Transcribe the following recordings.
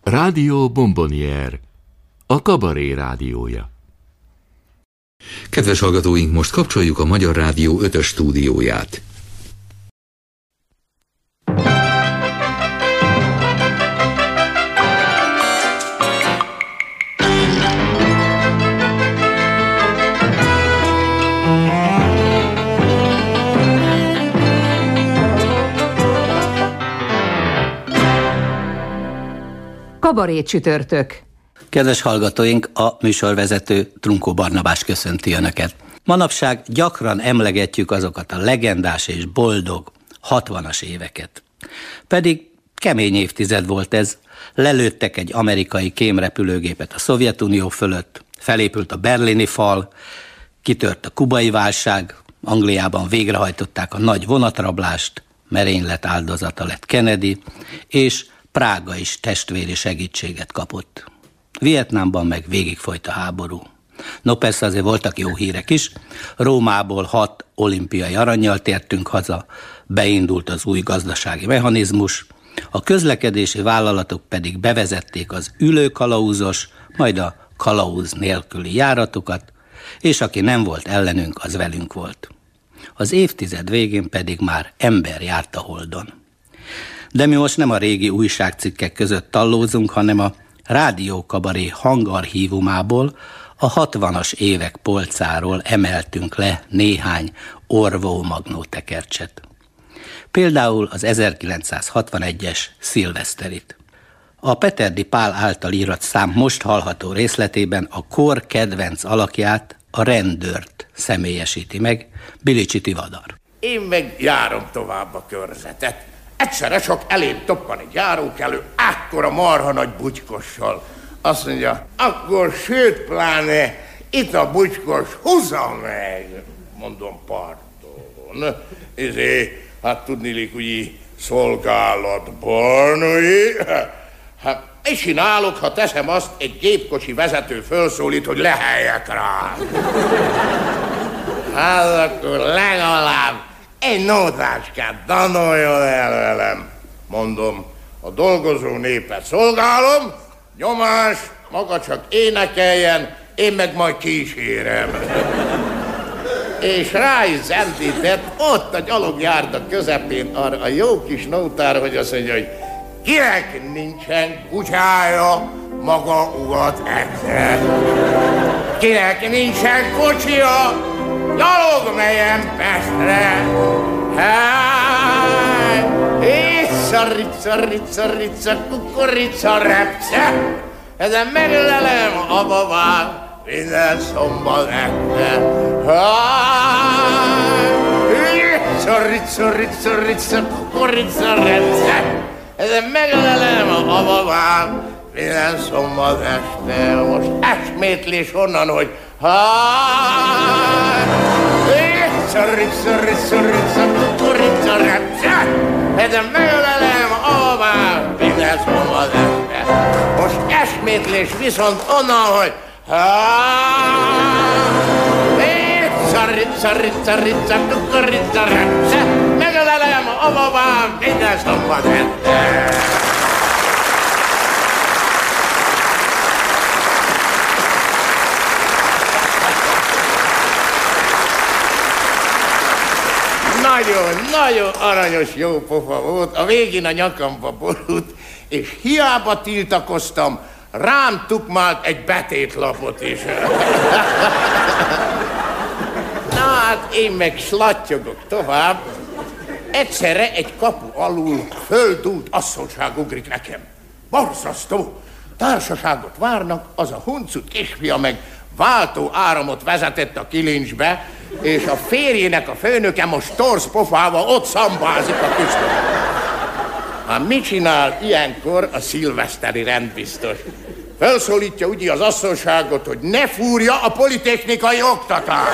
Rádió Bombonier, a kabaré rádiója. Kedves hallgatóink, most kapcsoljuk a Magyar Rádió 5-ös stúdióját. Kabaré csütörtök. Kedves hallgatóink, a műsorvezető Trunkó Barnabás köszönti Önöket. Manapság gyakran emlegetjük azokat a legendás és boldog 60-as éveket. Pedig kemény évtized volt ez. Lelőttek egy amerikai kémrepülőgépet a Szovjetunió fölött, felépült a berlini fal, kitört a kubai válság, Angliában végrehajtották a nagy vonatrablást, merénylet áldozata lett Kennedy, és Prága is testvéri segítséget kapott. Vietnámban meg végigfolyt a háború. No persze azért voltak jó hírek is. Rómából 6 olimpiai arannyal tértünk haza, beindult az új gazdasági mechanizmus, a közlekedési vállalatok pedig bevezették az ülőkalauzos, majd a kalauz nélküli járatokat, és aki nem volt ellenünk, az velünk volt. Az évtized végén pedig már ember járt a Holdon. De mi most nem a régi újságcikkek között tallózunk, hanem a rádiókabaré hangarchívumából, a 60-as évek polcáról emeltünk le néhány orvó magnó tekercset. Például az 1961-es szilveszterit. A Peterdi Pál által írott szám most hallható részletében a kor kedvenc alakját, a rendőrt személyesíti meg, Bilicsi Tivadar. Én meg járom tovább a körzetet. Egyszerre csak elém toppan egy járókelő, akkora marha nagy bugyrkossal. Azt mondja, akkor sőt pláne, itt a bugyrkos, húzza meg. Mondom, pardon. Hát tudniillik, úgy szolgálatban, hát és csinálok, ha teszem azt, egy gépkocsi vezető felszólít, hogy leheljek rá. Hát akkor legalább egy nótáskát danoljon el velem. Mondom, a dolgozó népet szolgálom, nyomás, maga csak énekeljen, én meg majd kísérem. És rá is zendített, ott a gyalogjárda közepén arra a jó kis nótára, hogy azt mondja, hogy kinek nincsen kutyája, maga ugat egyszer. Kinek nincsen kocsia, gyalog melyen Pestre. Rica, kukorica, repce, ezen meglelem a babát minden szombat este. Rica, kukorica, repce, ezen meglelem a babát minden szombat este. Most esmétlés onnan, hogy Rica, kukorica, repce, ezen meglelem a babát minden szombat este. Most esmétlés viszont onnan, hogy Rica, kukorica, repce, meglelem a babát minden szombat este. Nagyon aranyos jó pofa volt, a végén a nyakamba borult, és hiába tiltakoztam, rám tukmált egy betétlapot is. Na hát én meg slattyogok tovább, egyszerre egy kapu alul földút asszonyság ugrik nekem. Borzasztó! Társaságot várnak, az a huncut kisfia meg váltó áramot vezetett a kilincsbe, és a férjének a főnöke most torz pofával ott szambázik a küszöbön. Hát mit csinál ilyenkor a szilveszteri rendbiztos? Felszólítja ugye az asszonyságot, hogy ne fúrja a politechnikai oktatást.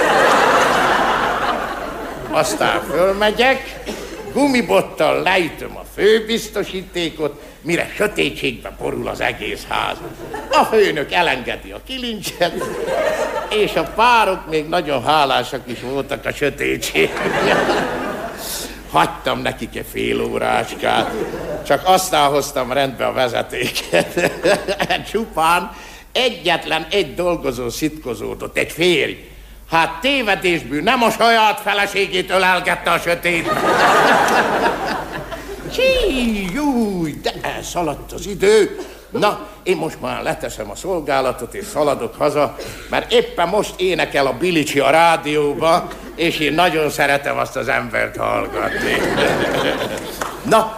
Aztán fölmegyek, gumibottal leütöm a főbiztosítékot, mire sötétségbe borul az egész ház. A főnök elengedi a kilincset, és a párok még nagyon hálásak is voltak a sötétségben. Hagytam nekik egy fél óráskát. Csak aztán hoztam rendbe a vezetéket. Csupán egyetlen egy dolgozó szitkozódott, egy férj. Hát tévedésből nem a saját feleségét ölelgette a sötét. Júj, de elszaladt az idő. Na, én most már leteszem a szolgálatot és szaladok haza, mert éppen most énekel a Bilicsi a rádióba, és én nagyon szeretem azt az embert hallgatni. Na,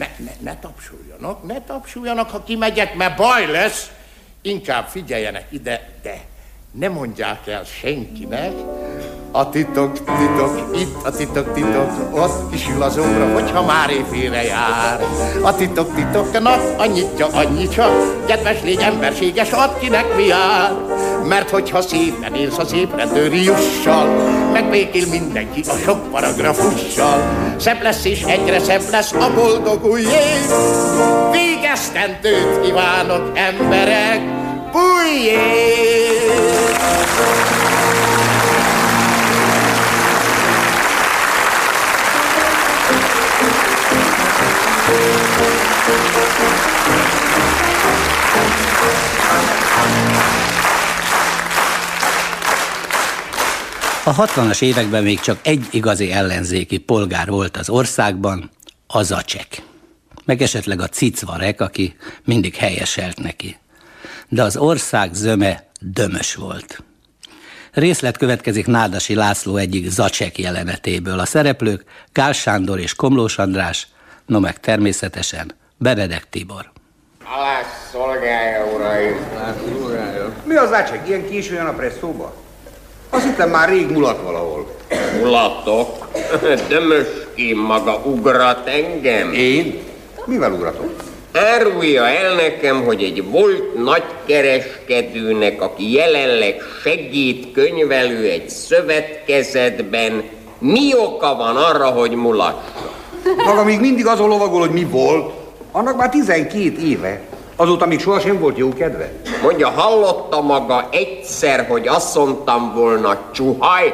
ne tapsoljanak, ha kimegyek, mert baj lesz. Inkább figyeljenek ide, de ne mondják el senkinek. A titok, itt a titok, ott kisül az óra, hogyha már éjfélre jár. A titok, na, annyit csak, kedves légy emberséges, add kinek mi jár. Mert hogyha szépen élsz a szép rendőri jussal, megbékél mindenki a sok paragrafussal. Szebb lesz és egyre szebb lesz a boldog új év. Végesztendőt kívánok, emberek, új év! A 60-as években még csak egy igazi ellenzéki polgár volt az országban, a Zacsek. Meg esetleg a Cicvarek, aki mindig helyeselt neki. De az ország zöme Dömös volt. Részlet következik Nádasi László egyik Zacsek jelenetéből. A szereplők Gál Sándor és Komlós András, no meg természetesen Benedek Tibor. Alás szolgálja, uraim! Mi az Zacsek? Ilyen későn a presszóba? Azt hittem már rég mulat valahol. Mulatok? Dömöském maga ugrat engem? Én? Mivel ugratok? Árulja el nekem, hogy egy volt nagykereskedőnek, aki jelenleg segédkönyvelő egy szövetkezetben, mi oka van arra, hogy mulassa? Maga még mindig azon lovagol, hogy mi volt. Annak már 12 éve. Azóta még sohasem volt jó kedve. Mondja, hallotta maga egyszer, hogy azt mondtam volna csuhaj?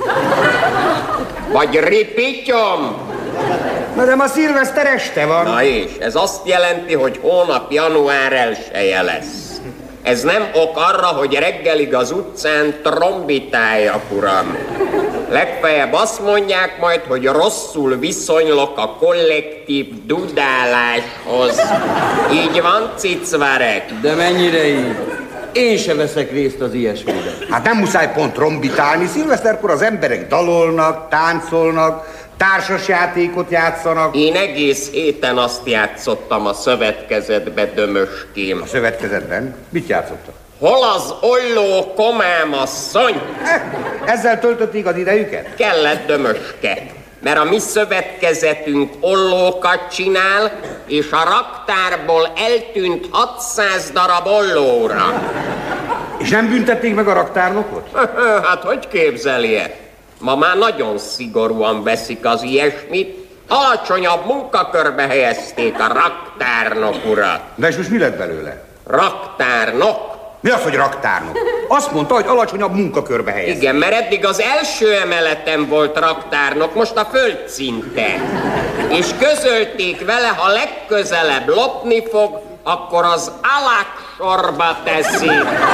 Vagy ripityom? Na de ma szilveszter este van. Na és, ez azt jelenti, hogy hónap január 1-je lesz. Ez nem ok arra, hogy reggelig az utcán trombitáljak, uram. Legfeljebb azt mondják majd, hogy rosszul viszonylok a kollektív dudáláshoz. Így van, Cicvarek? De mennyire így? Én se veszek részt az ilyesmiben. Hát nem muszáj pont trombitálni. Szilveszterkor az emberek dalolnak, táncolnak, társasjátékot játszanak. Én egész héten azt játszottam a szövetkezetbe, Dömöském. A szövetkezetben? Mit játszottak? Hol az olló komámasszony? Ezzel töltötték az idejüket? Kellett, Dömöske, mert a mi szövetkezetünk ollókat csinál, és a raktárból eltűnt 600 darab ollóra. És nem büntették meg a raktárnokot? Hát hogy képzelje? Ma már nagyon szigorúan veszik az ilyesmit. Alacsonyabb munkakörbe helyezték a raktárnok urat. De és most mi lett belőle? Raktárnok? Mi az, hogy raktárnok? Azt mondta, hogy alacsonyabb munkakörbe helyezték. Igen, mert eddig az első emeleten volt raktárnok, most a földszinten. És közölték vele, ha legközelebb lopni fog, akkor az alaksorba teszi.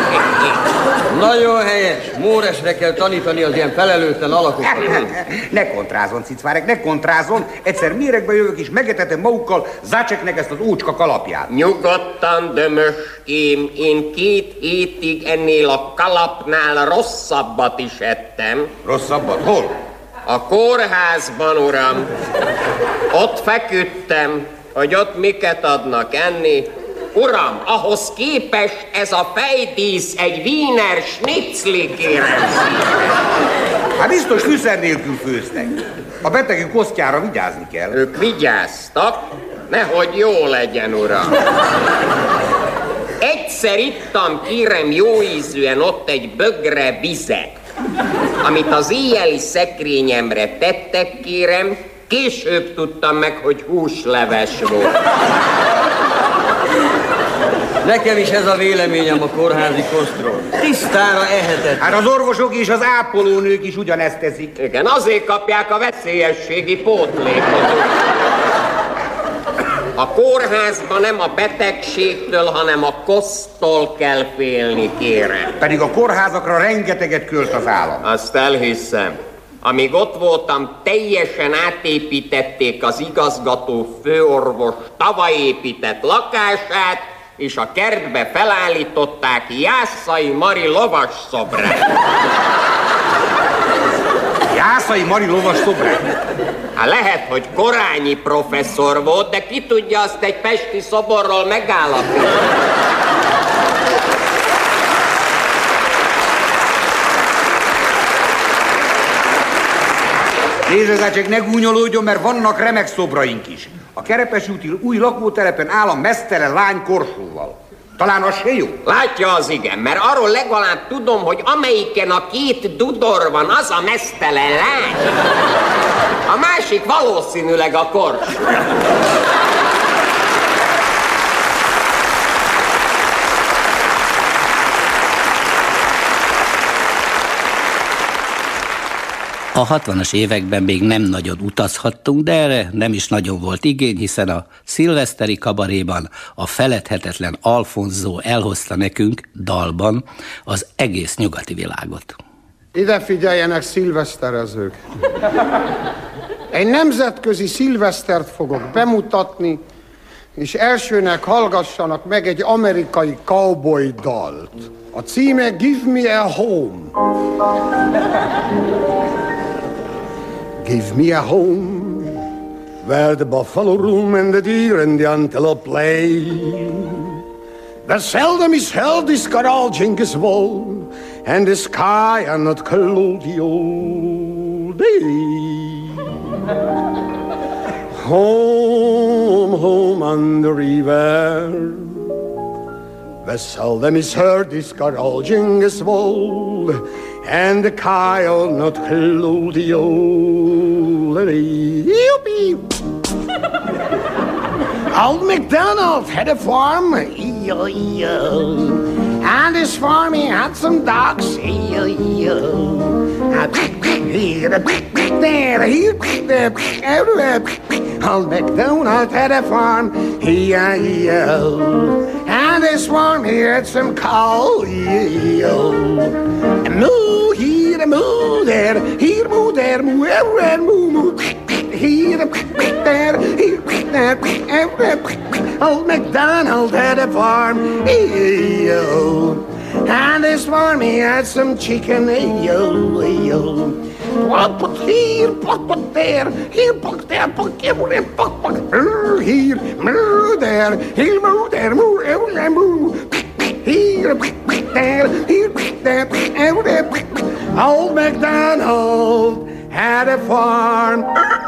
Nagyon helyes. Móresre kell tanítani az ilyen felelőtlen alakokat. Ne kontrázon, Cicvárek, ne kontrázon. Egyszer méregbe jövök és megetetem magukkal Zacseknek ezt az ócska kalapját. Nyugodtan, Dömöském, én 2 hétig ennél a kalapnál rosszabbat is ettem. Rosszabbat? Hol? A kórházban, uram. Ott feküdtem, hogy ott miket adnak enni. Uram, ahhoz képest ez a fejdísz egy Wiener Schnitzli, kérem. Hát biztos fűszer nélkül főztek. A betegek kosztjára vigyázni kell. Ők vigyáztak, nehogy jó legyen, uram. Egyszer ittam, kérem, jó ízűen ott egy bögre vizet, amit az éjjeli szekrényemre tettek, kérem, később tudtam meg, hogy húsleves volt. Nekem is ez a véleményem a kórházi kosztról. Tisztára ehetett. Hát az orvosok és az ápolónők is ugyanezt teszik. Igen, azért kapják a veszélyességi pótlékot. A kórházban nem a betegségtől, hanem a kosztól kell félni, kérem. Pedig a kórházakra rengeteget költ az állam. Azt elhiszem. Amíg ott voltam, teljesen átépítették az igazgató főorvos tavaly épített lakását, és a kertbe felállították Jászai Mari lovas szobrát. Jászai Mari lovas szobrát? Hát lehet, hogy Korányi professzor volt, de ki tudja azt egy pesti szoborról megállapítani. Nézd, csak ne gúnyolódjon, mert vannak remek szobraink is. A Kerepesi úti új lakótelepen áll a mesztelen lány korsóval. Talán az se jó? Látja, az igen, mert arról legalább tudom, hogy amelyiken a két dudor van, az a mesztelen lány. A másik valószínűleg a korsó. A 60-as években még nem nagyon utazhattunk, de erre nem is nagyon volt igény, hiszen a szilveszteri kabaréban a feledhetetlen Alfonso elhozta nekünk dalban az egész nyugati világot. Ide figyeljenek, szilveszterezők! Egy nemzetközi szilvesztert fogok bemutatni, és elsőnek hallgassanak meg egy amerikai cowboy dalt. A címe Give Me a Home. Give me a home where the buffalo roam and the deer and the antelope play. Where seldom is held this carousing is woe, and the sky are not cold the old day. Home, home on the river, where seldom is heard this carousing is woe, and the Kyle not hello the old Yippee! Old MacDonald had a farm, and his farm he had some dogs, Old MacDonald had a farm, and his farm he had some cow, moo here, moo there, here, moo there, moo everywhere, moo, moo. Here, there, here, there, everywhere. Old MacDonald had a farm, and his farm he had some chicken, Put here, put there, here, put there, put everywhere, put here, moo there, here, moo there, moo everywhere, moo. Here, there, everywhere. Old MacDonald had a farm.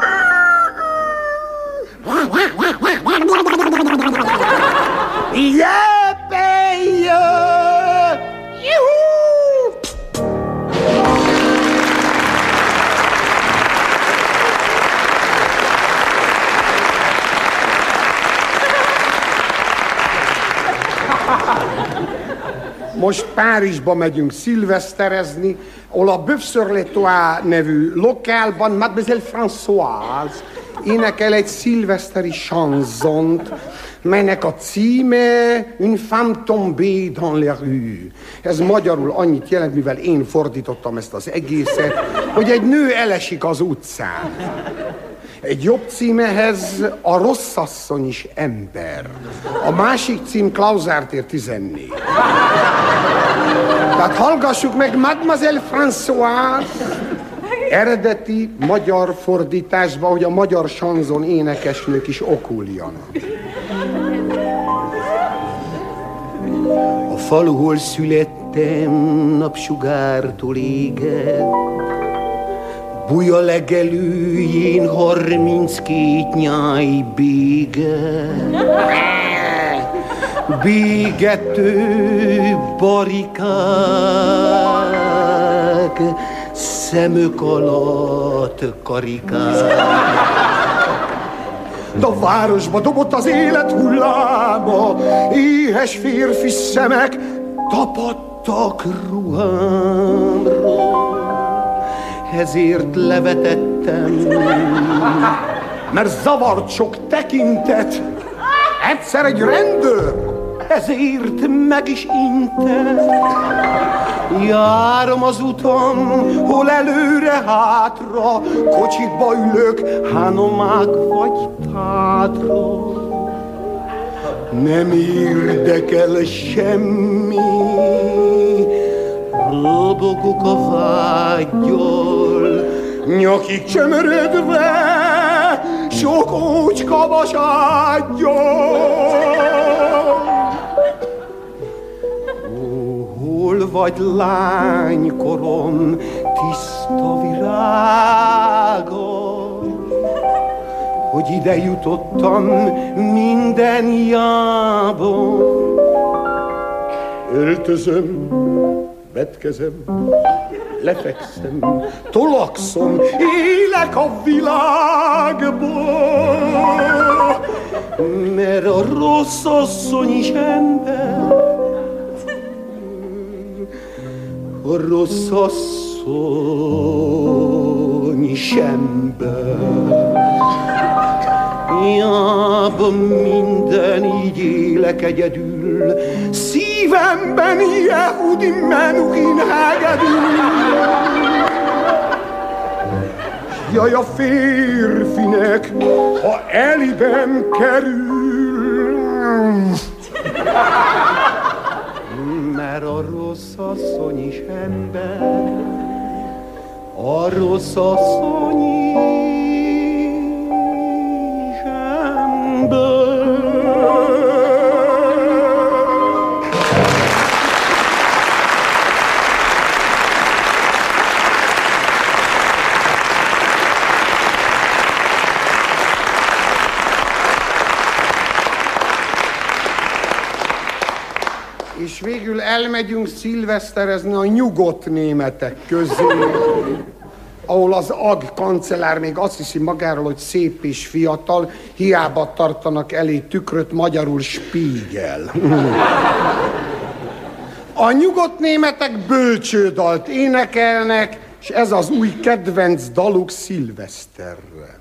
Yippee! Yoo-hoo! Most Párizsba megyünk szilveszterezni, ahol a Bœuf sur les Toits nevű lokálban Mademoiselle Françoise énekel egy szilveszteri chanzont, melynek a címe Une femme tombée dans la rue. Ez magyarul annyit jelent, mivel én fordítottam ezt az egészet, hogy egy nő elesik az utcán. Egy jobb címehez A rossz asszony is ember. A másik cím Klauzár tér 14. Tehát hallgassuk meg Mademoiselle Françoise eredeti magyar fordításban, hogy a magyar sanzon énekesnők is okuljanak. A faluhol születtem, napsugártól éget, buja legelőjén 32 nyáj béget. Bégető barikák, szemök alatt karikák. De a városba dobott az élet hulláma, éhes férfi szemek tapadtak ruhámra. Ezért levetettem, mert zavart sok tekintet, egyszer egy rendőr, ezért meg is inter. Járom az utam, hol előre hátra, kocsikba ülök, Hanomák vagy Tátra. Nem érdekel semmi, robogok a vággyal, nyakig csömörödve, sok ócska vasádgyal. Hol vagy lánykorom, tiszta virágos, hogy ide jutottam minden jában. Öltözöm, vetkezem, lefekszem, tolakszom, élek a világból, mert a rossz asszony is ember, a rossz asszony is ember. Jában minden így élek egyedül, szívemben Jehudi Menuhin hegedül. Jaj, a férfinek, ha elibem kerül, mert a rossz asszony is ember, a rossz asszony is ember. És végül elmegyünk szilveszterezni a nyugodt németek közé, ahol az AG kancellár még azt hiszi magáról, hogy szép és fiatal, hiába tartanak elé tükröt, magyarul Spiegel. A nyugodt németek bölcsődalt énekelnek, és ez az új kedvenc daluk szilveszterre.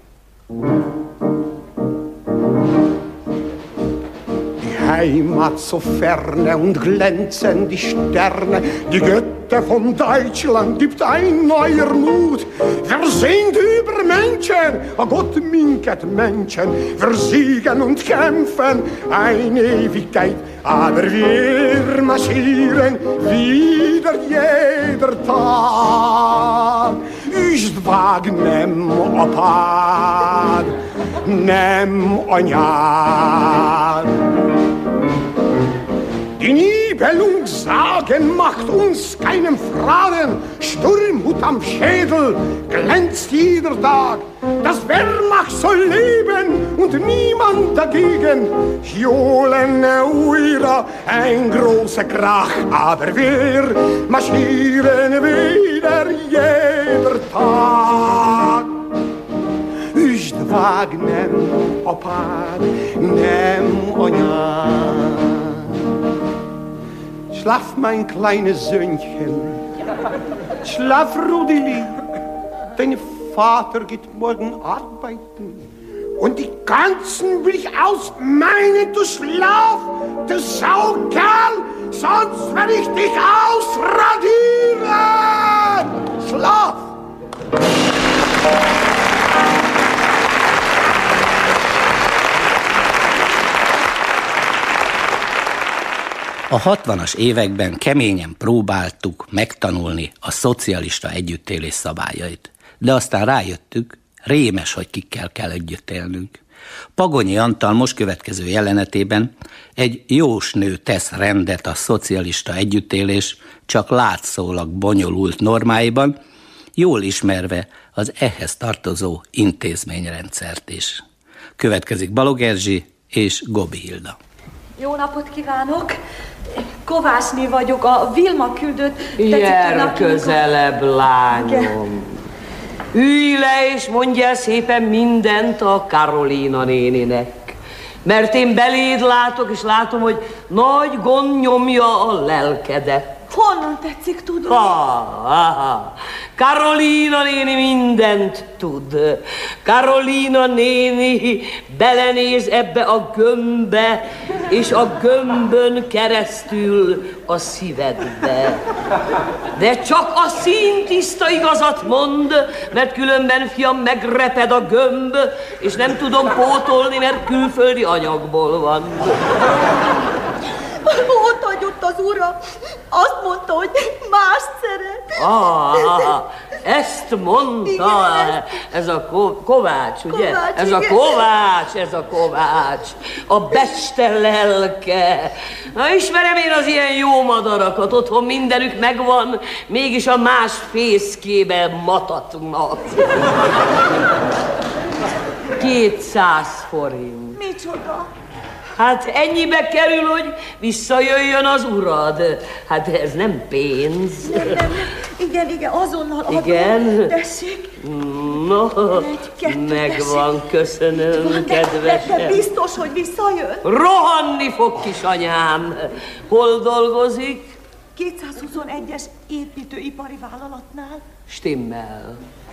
Heimat so ferne und glänzen die Sterne, die Götter von Deutschland gibt ein neuer Mut. Wir sind Übermenschen, a Gott minket Menschen, wir siegen und kämpfen eine Ewigkeit, aber wir marschieren wieder jeder Tag. Üst vág nem apád, nem anyád. Die Nibelungssagen macht uns keinen Fragen. Sturmhut am Schädel glänzt jeder Tag. Das Wehrmacht soll leben und niemand dagegen. Johlen Uira, ein großer Krach. Aber wir marschieren wieder jeder Tag. Üst vág nem apád, nem anyád. Schlaf, mein kleines Söhnchen, schlaf, Rudeli, dein Vater geht morgen arbeiten. Und die ganzen will ich ausmeinen, du Schlaf, du Saukerl, sonst werde ich dich ausradieren. Schlaf! A 60-as években keményen próbáltuk megtanulni a szocialista együttélés szabályait, de aztán rájöttük, rémes, hogy kikkel kell együtt élnünk. Pagonyi Antal most következő jelenetében egy jósnő tesz rendet a szocialista együttélés csak látszólag bonyolult normáiban, jól ismerve az ehhez tartozó intézményrendszert is. Következik Balog Erzsi és Gobi Hilda. Jó napot kívánok! Kovácsné vagyok, a Vilma küldött... Gyere közelebb, lányom! Ülj le és mondj el szépen mindent a Karolina néninek. Mert én beléd látok, és látom, hogy nagy gond nyomja a lelkedet. Honnan tetszik tudni? Karolina néni mindent tud. Karolina néni belenéz ebbe a gömbbe, és a gömbön keresztül a szívedbe. De csak a színtiszta igazat mond, mert különben, fiam, megreped a gömb, és nem tudom pótolni, mert külföldi anyagból van. Ott hagyott az ura. Azt mondta, hogy mást szeret. Ezt mondta. Igen. Ez a Kovács, ugye? Kovács, ez a Kovács, ez a Kovács. A beste lelke. Na, ismerem én az ilyen jó madarakat. Otthon mindenük megvan, mégis a más fészkében matatnak. 200 forint. Micsoda? Hát ennyibe kerül, hogy visszajöjjön az urad. Hát ez nem pénz. Nem. Igen, azonnal adom. Igen? Tessék. No, 1, 2, megvan, köszönöm, kedvesem. De biztos, hogy visszajön? Rohanni fog, kisanyám. Hol dolgozik? 221-es építőipari vállalatnál. Stimmel.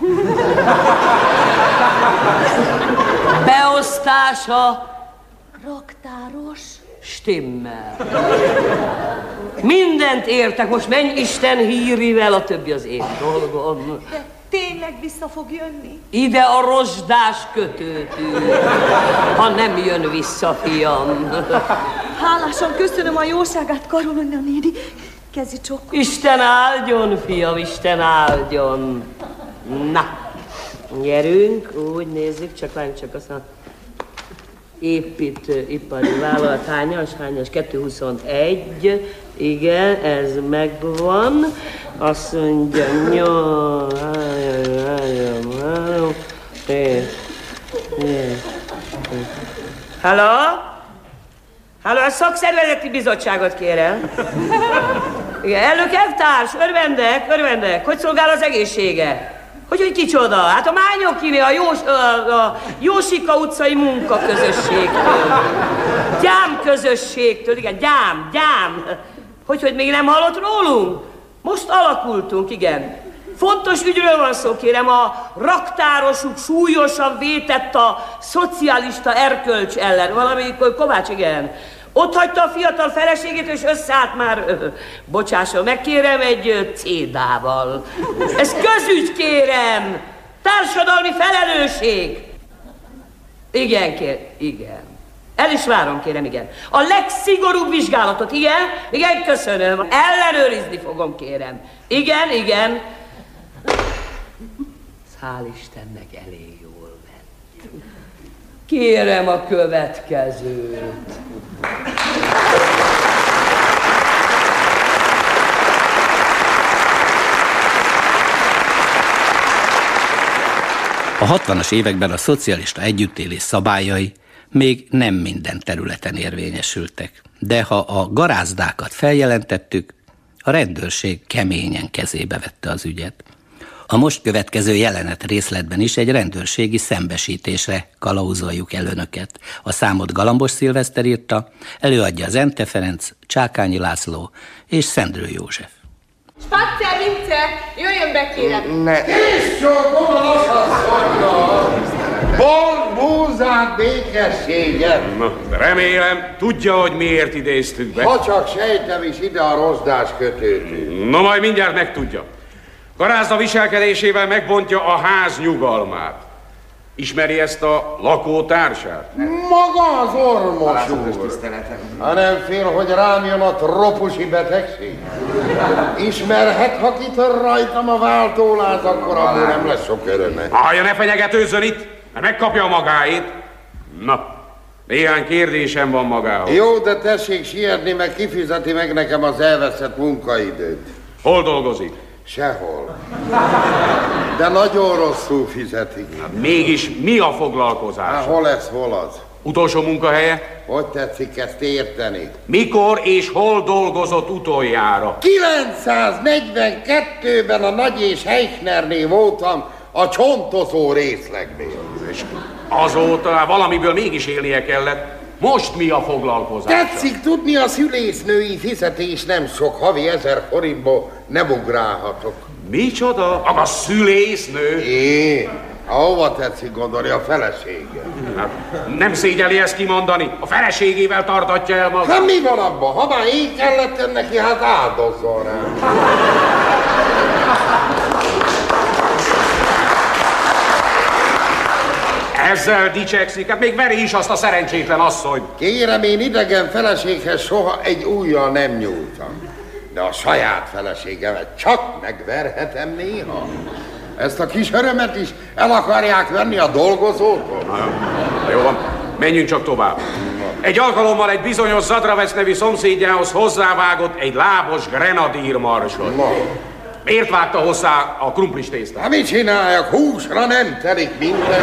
Beosztása? Raktáros. Stimmel. Mindent értek, most menj Isten hírivel, a többi az én dolgom. De tényleg vissza fog jönni? Ide a rozsdás kötőtű, ha nem jön vissza, fiam. Hálásan köszönöm a jóságát, Karolina néni. Kezi csokk. Isten áldjon, fiam, Isten áldjon. Na, gyerünk, úgy nézzük, csak aztán építőipari vállalat, hányas, 221, igen, ez megvan, azt mondja, Halló? Halló, a szakszervezeti bizottságot kérem. Igen, elnök elvtárs, örvendek, hogy szolgál az egészsége? Hogy kicsoda? Hát a Mányokiné, a Jósika utcai munkaközösségtől. Gyámközösségtől, igen, gyám. Hogy még nem hallott rólunk? Most alakultunk, igen. Fontos ügyről van szó, kérem, a raktárosuk súlyosan vétett a szocialista erkölcs ellen. Valami Kovács, igen. Ott hagyta a fiatal feleségét, és összeállt már, bocsásson meg, kérem, egy cédával. Ez közügy, kérem! Társadalmi felelősség! Igen. El is várom, kérem, igen. A legszigorúbb vizsgálatot, igen, köszönöm. Ellenőrizni fogom, kérem. Igen. Hál' Istennek elég jól ment. Kérem a következőt. A 60-as években a szocialista együttélés szabályai még nem minden területen érvényesültek, de ha a garázdákat feljelentettük, a rendőrség keményen kezébe vette az ügyet. A most következő jelenet részletben is egy rendőrségi szembesítésre kalauzoljuk el önöket. A számot Galambos Szilveszter írta, előadja Zente Ferenc, Csákányi László és Szendrő József. Spatzer, Vince, jöjjön be, kérem! Ne! Búzát, békességet! Remélem, tudja, hogy miért idéztük be. Ha csak sejtem is, ide a rozsdás kötőtű. No, majd mindjárt megtudja. Garázda viselkedésével megbontja a ház nyugalmát. Ismeri ezt a lakótársát? Maga az ormos úr. Ha nem fél, hogy rám jön a trópusi betegség? Ismerhet, ha kitör rajtam a váltóláz, akkor abból nem lesz sok öröme. Hallja, ne fenyegetőzzön itt, mert megkapja a magáét. Na, néhány kérdésem van magához. Jó, de tessék sietni, meg kifizeti meg nekem az elveszett munkaidőt. Hol dolgozik? Sehol. De nagyon rosszul fizetik. Hát mégis mi a foglalkozás? Hát hol ez, hol az? Utolsó munkahelye? Hogy tetszik ezt érteni? Mikor és hol dolgozott utoljára? 942-ben a Nagy és Heichnernél voltam a csontozó részlegnél. És azóta valamiből mégis élnie kellett. Most mi a foglalkozás? Tetszik tudni, a szülésznői fizetés nem sok, havi 1000 forintból nem ugrálhatok. Micsoda? Maga szülésznő? Én? Hova tetszik gondolni, a felesége? Hát, nem szégyeli ezt kimondani? A feleségével tartatja el magát. Hát mi van abban? Ha már így kellett neki, hát áldozzon rá. Ezzel dicsekszik, hát még veri is azt a szerencsétlen asszonyt. Kérem, én idegen feleséghez soha egy ujjal nem nyúltam. De a saját feleségemet csak megverhetem néha. Ezt a kis örömet is el akarják venni a dolgozótól? Na jó van, menjünk csak tovább. Egy alkalommal egy bizonyos Zadravec nevű szomszédjához hozzávágott egy lábos grenadírmarsot. Miért vágta hozzá a krumplis tésztát? Hát mit csináljak? Húsra nem telik minden.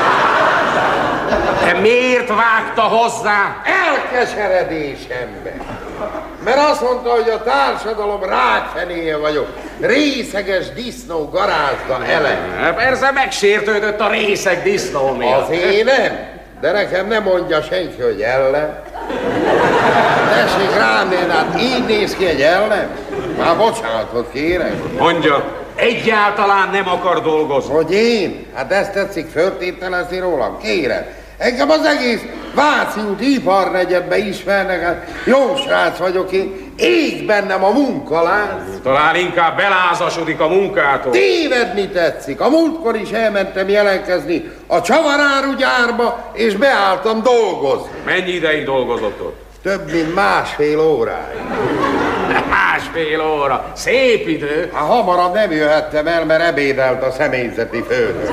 De miért vágta hozzá? Elkeseredésembe. Mert azt mondta, hogy a társadalom rákfenéje vagyok. Részeges disznó garázda elem. Persze megsértődött a részeg disznó miatt. Az én nem. De nekem nem mondja senki, hogy ellen. Tessék rám nézni, hát így néz ki egy ellen. Már bocsánatot kérek. Mondja, egyáltalán nem akar dolgozni. Hogy én? Hát ezt tetszik föltételezni rólam? Kérem. Engem az egész Váci út iparnegyedbe ismernek, hát jó srác vagyok én, ég bennem a munkaláz. Talán inkább belázasodik a munkától. Tévedni tetszik. A múltkor is elmentem jelentkezni a csavarárugyárba, és beálltam dolgozni. Mennyi ideig dolgozott ott? Több mint másfél óráig. Másfél óra. Szép idő. Hát hamarabb nem jöhettem el, mert ebédelt a személyzeti főnök.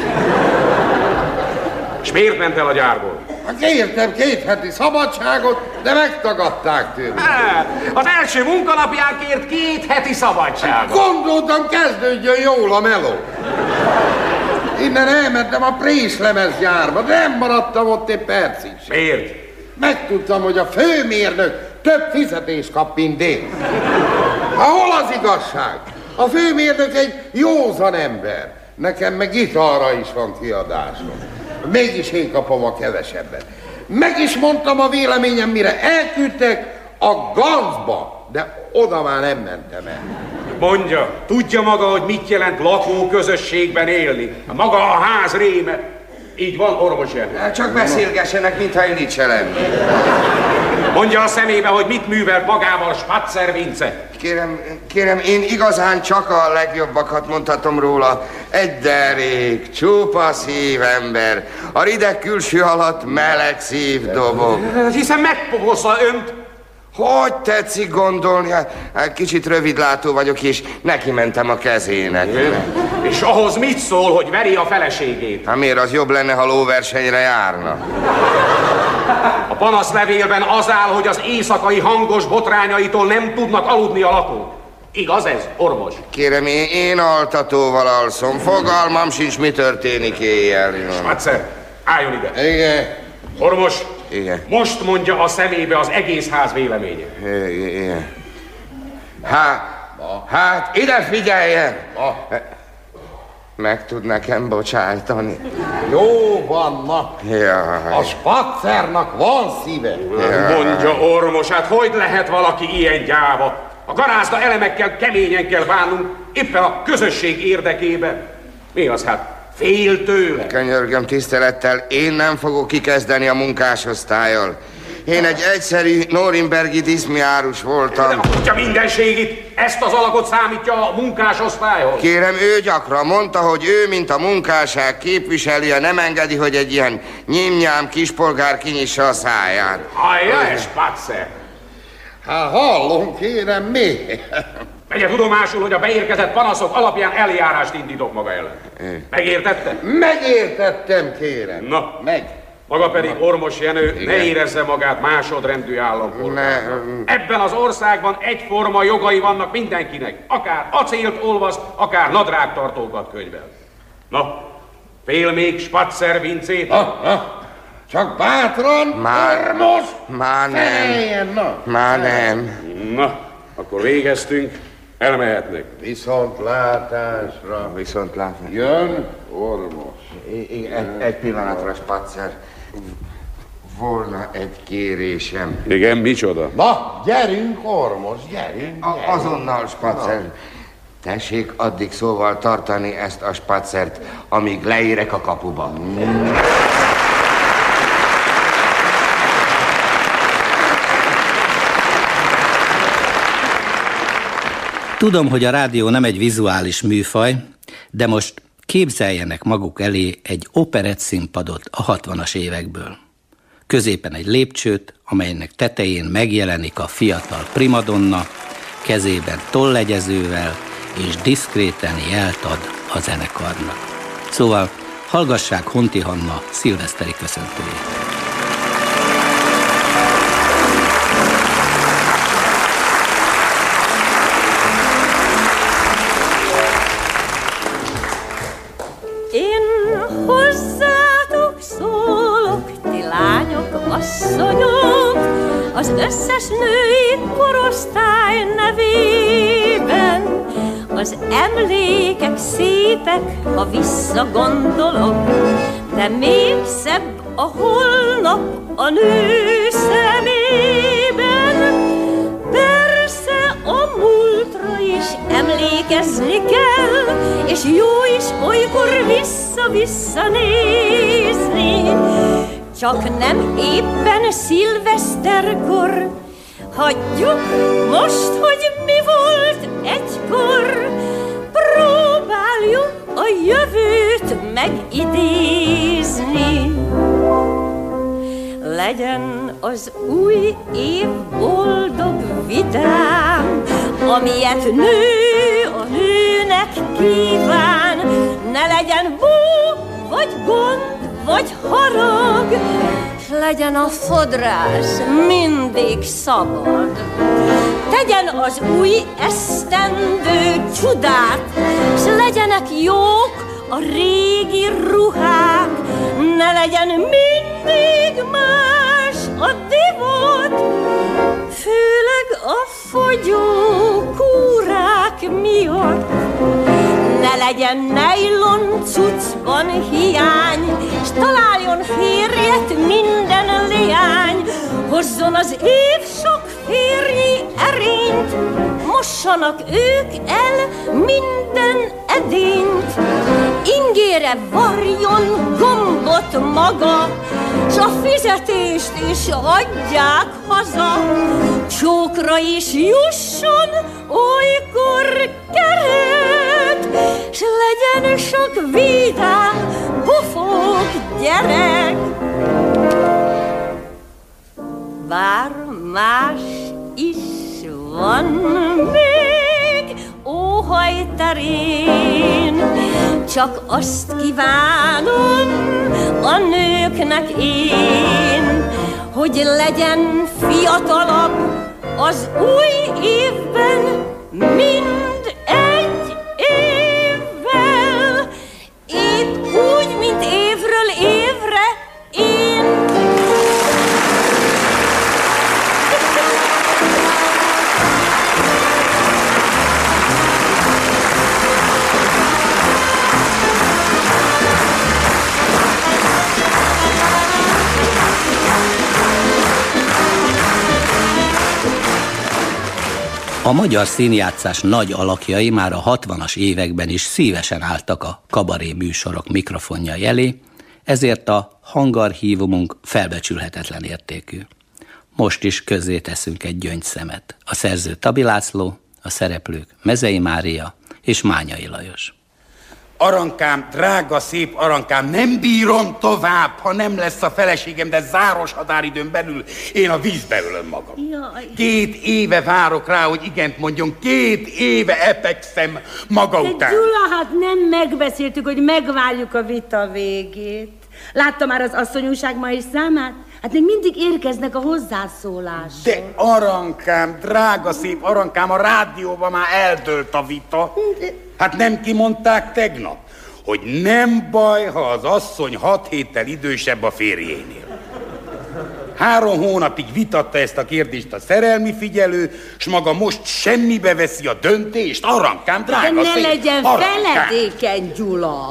És miért ment el a gyárból? Hát kértem 2 heti szabadságot, de megtagadták tőle. Az első munkanapján kért 2 heti szabadságot. Gondoltam, kezdődjön jól a meló. Innen elmentem a préslemezgyárba, de nem maradtam ott egy percig. Miért? Megtudtam, hogy a főmérnök több fizetést kap, mint én. Hol az igazság? A főmérnök egy józan ember. Nekem meg italra is van kiadásom. Mégis én kapom a kevesebbet. Meg is mondtam a véleményem, mire elküldtek a Gancba, de oda már nem mentem el. Mondja, tudja maga, hogy mit jelent lakóközösségben élni? Maga a ház réme. Így van, orvos Jenő? Csak beszélgessenek, mintha én itt se lennék. Mondja a szemébe, hogy mit művelt magával Spatzer Vince. Kérem, én igazán csak a legjobbakat mondhatom róla. Egy derék, csupa szívember. A rideg külső alatt meleg szív dobog. Hiszen megpofozza önt. Hogy tetszik gondolni? Hát kicsit rövidlátó vagyok, és neki mentem a kezének. És ahhoz mit szól, hogy veri a feleségét? Hát miért, az jobb lenne, ha lóversenyre járna? A panaszlevélben az áll, hogy az éjszakai hangos botrányaitól nem tudnak aludni a lakók. Igaz ez, orvos? Kérem, én altatóval alszom. Fogalmam sincs, mi történik éjjel. Spatzer, álljon ide. Igen. Orvos, igen. Most mondja a szemébe az egész ház véleménye. Igen. Hát, ide figyeljen! Meg tud nekem bocsájtani. Jó van, na. Jaj. A Spatzernak van szíve. Mondja, orvos, hát hogy lehet valaki ilyen gyáva? A garázda elemekkel keményen kell bánnunk, éppen a közösség érdekében. Mi az hát? Fél tőle. Könyörgöm tisztelettel, én nem fogok kikezdeni a munkásosztállyal. Én egy egyszerű norimbergi diszmiárus voltam. De a kutya mindenségit, ezt az alakot számítja a munkásosztályhoz. Kérem, ő gyakran mondta, hogy ő, mint a munkásság képviselője, nem engedi, hogy egy ilyen nyímnyám kispolgár kinyissa a száját. Ajjaj, Spatzer! Hát hallom, kérem, mi? Vegye tudomásul, hogy a beérkezett panaszok alapján eljárást indítok maga ellen. Megértette? Megértettem, kérem. Na, meg. Maga pedig, orvos Jenő, ne érezze magát másodrendű állampolgár. Ebben az országban egyforma jogai vannak mindenkinek. Akár acélt olvaszt, akár nadrágtartókat könyvel. Na, fél még Spatzer Vincét? Csak bátran, ormos, már nem. Már nem. Na, akkor végeztünk, elmehetnek. Viszontlátásra. Viszontlátásra. Jön, ormos. Egy pillanatra, Spatzer. Volna egy kérésem. Igen, micsoda? Na, gyerünk, ormos, gyerünk. Azonnal, Spatzer. Tessék addig szóval tartani ezt a spacert, amíg leérek a kapuba. Tudom, hogy a rádió nem egy vizuális műfaj, de most képzeljenek maguk elé egy operett színpadot a 60-as évekből. Középen egy lépcsőt, amelynek tetején megjelenik a fiatal primadonna, kezében tollegyezővel, és diszkréten jelt ad a zenekarnak. Szóval hallgassák Honti Hanna szilveszteri köszöntőjét. Hozzátok szólok, ti lányok, asszonyok, az összes női korosztály nevében. Az emlékek szépek, ha visszagondolok, de még szebb a holnap a nő szemében. Persze a múltra is emlékezni kell, és jó is olykor vissza-vissza nézni. Csak nem éppen szilveszterkor, hagyjuk most, hogy mi volt egykor. Próbáljuk a jövőt megidézni. Legyen az új év boldog, vidám, amilyet nő a nőnek kíván. Ne legyen bú, vagy gond, vagy harag, s legyen a fodrás mindig szabad. Tegyen az új esztendő csodát, s legyenek jók a régi ruhák. Ne legyen mindig más a divat, főleg a fogyókúrák miatt. Ne legyen nejlon cuccban hiány, s találjon férjet minden leány. Hozzon az év sok férji erényt, mossanak ők el minden edényt. Ingére varjon gombot maga, s a fizetést is adják haza. Csókra is jusson olykor keret, s legyen sok vidám, pofók gyerek. Bár más is van még óhaj terén, csak azt kívánom a nőknek én, hogy legyen fiatalabb az új évben mind egy évvel, épp úgy, mint évről évre én. A magyar színjátszás nagy alakjai már a 60-as években is szívesen álltak a kabaré műsorok mikrofonjai elé, ezért a hangarchívumunk felbecsülhetetlen értékű. Most is közzé teszünk egy gyöngyszemet. A szerző Tabi László, a szereplők Mezei Mária és Mányai Lajos. Arankám, drága, szép Arankám, nem bírom tovább, ha nem lesz a feleségem, de záros határidőn belül én a vízbe ölöm magam. Jaj. 2 éve várok rá, hogy igent mondjon, 2 éve epekszem maga de után. Gyula, hát nem megbeszéltük, hogy megvárjuk a vita végét. Látta már az asszonyúság ma is számát? Hát még mindig érkeznek a hozzászólások. De Arankám, drága, szép Arankám, a rádióban már eldőlt a vita. Hát nem kimondták tegnap, hogy nem baj, ha az asszony 6 héttel idősebb a férjénél. 3 hónapig vitatta ezt a kérdést a szerelmi figyelő, s maga most semmibe veszi a döntést. Arankám, drága, de ne szép legyen Arankám. feledékeny, Gyula.